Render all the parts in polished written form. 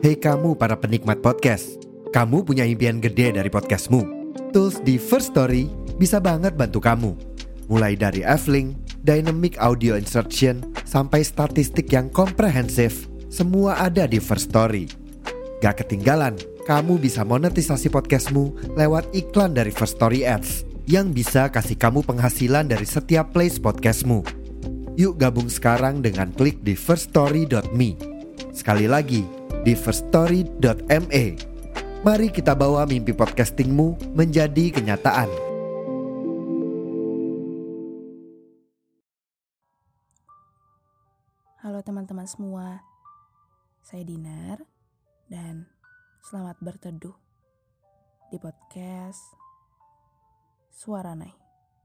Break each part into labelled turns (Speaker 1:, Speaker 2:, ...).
Speaker 1: Hei kamu para penikmat podcast, kamu punya impian gede dari podcastmu. Tools di First Story bisa banget bantu kamu. Mulai dari F-Link, Dynamic Audio Insertion, sampai statistik yang komprehensif, semua ada di First Story. Gak ketinggalan, kamu bisa monetisasi podcastmu lewat iklan dari First Story Ads yang bisa kasih kamu penghasilan dari setiap plays podcastmu. Yuk gabung sekarang dengan klik di firststory.me. Sekali lagi, di firststory.me. Mari kita bawa mimpi podcastingmu menjadi kenyataan.
Speaker 2: Halo teman-teman semua, saya Dinar dan selamat berteduh di podcast Suara Nai.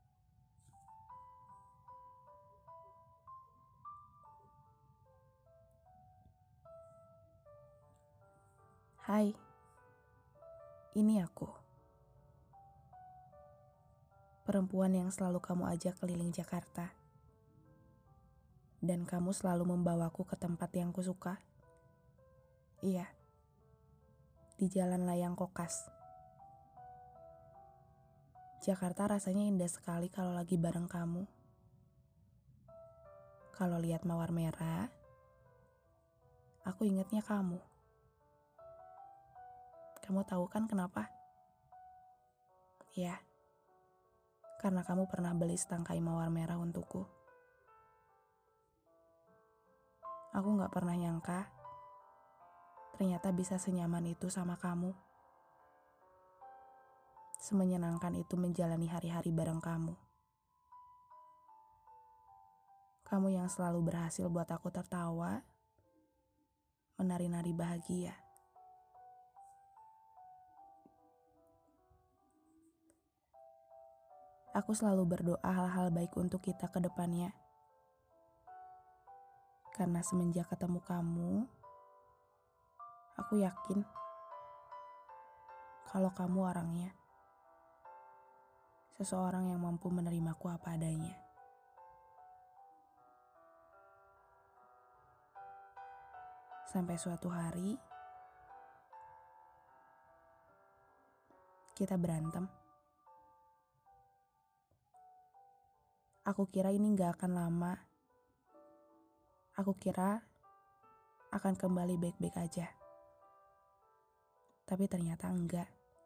Speaker 2: Hai, ini aku, perempuan yang selalu kamu ajak keliling Jakarta. Dan kamu selalu membawaku ke tempat yang kusuka. Iya, di Jalan Layang Kokas. Jakarta rasanya indah sekali kalau lagi bareng kamu. Kalau lihat mawar merah, aku ingatnya kamu. Kamu tahu kan kenapa? Ya, karena kamu pernah beli setangkai mawar merah untukku. Aku gak pernah nyangka, ternyata bisa senyaman itu sama kamu. Semenyenangkan itu menjalani hari-hari bareng kamu. Kamu yang selalu berhasil buat aku tertawa, menari-nari bahagia. Aku selalu berdoa hal-hal baik untuk kita ke depannya. Karena semenjak ketemu kamu, aku yakin kalau kamu orangnya. Seseorang yang mampu menerimaku apa adanya. Sampai suatu hari, kita berantem. Aku kira ini gak akan lama. Aku kira akan kembali baik-baik aja. Tapi ternyata enggak.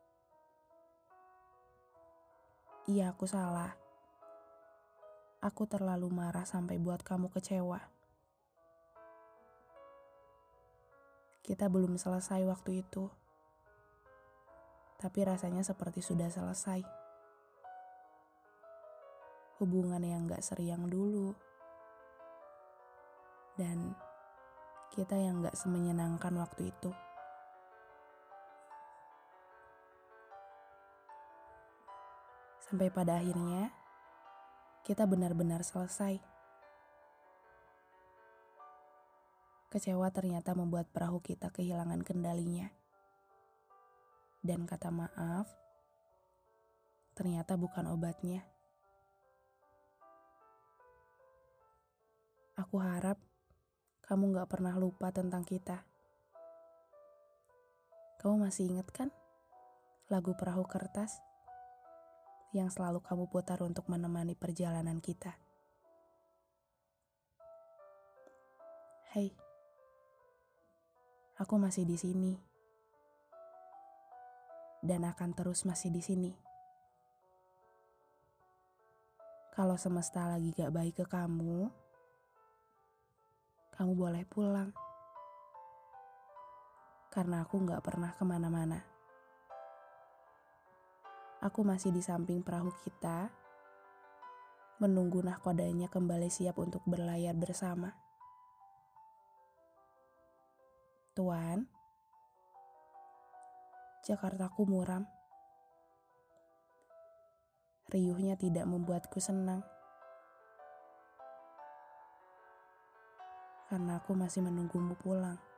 Speaker 2: Iya, aku salah. Aku terlalu marah sampai buat kamu kecewa. Kita belum selesai waktu itu. Tapi rasanya seperti sudah selesai. Hubungan yang gak seriang dulu. Dan kita yang gak semenyenangkan waktu itu. Sampai pada akhirnya, kita benar-benar selesai. Kecewa ternyata membuat perahu kita kehilangan kendalinya. Dan kata maaf, ternyata bukan obatnya. Aku harap kamu gak pernah lupa tentang kita. Kamu masih ingat kan lagu Perahu Kertas yang selalu kamu putar untuk menemani perjalanan kita? Hei, aku masih di sini dan akan terus masih di sini. Kalau semesta lagi gak baik ke kamu boleh pulang. Karena aku gak pernah kemana-mana. Aku masih di samping perahu kita, menunggu nahkodanya kembali siap untuk berlayar bersama. Tuan, Jakartaku muram. Riuhnya tidak membuatku senang. Karena aku masih menunggumu pulang.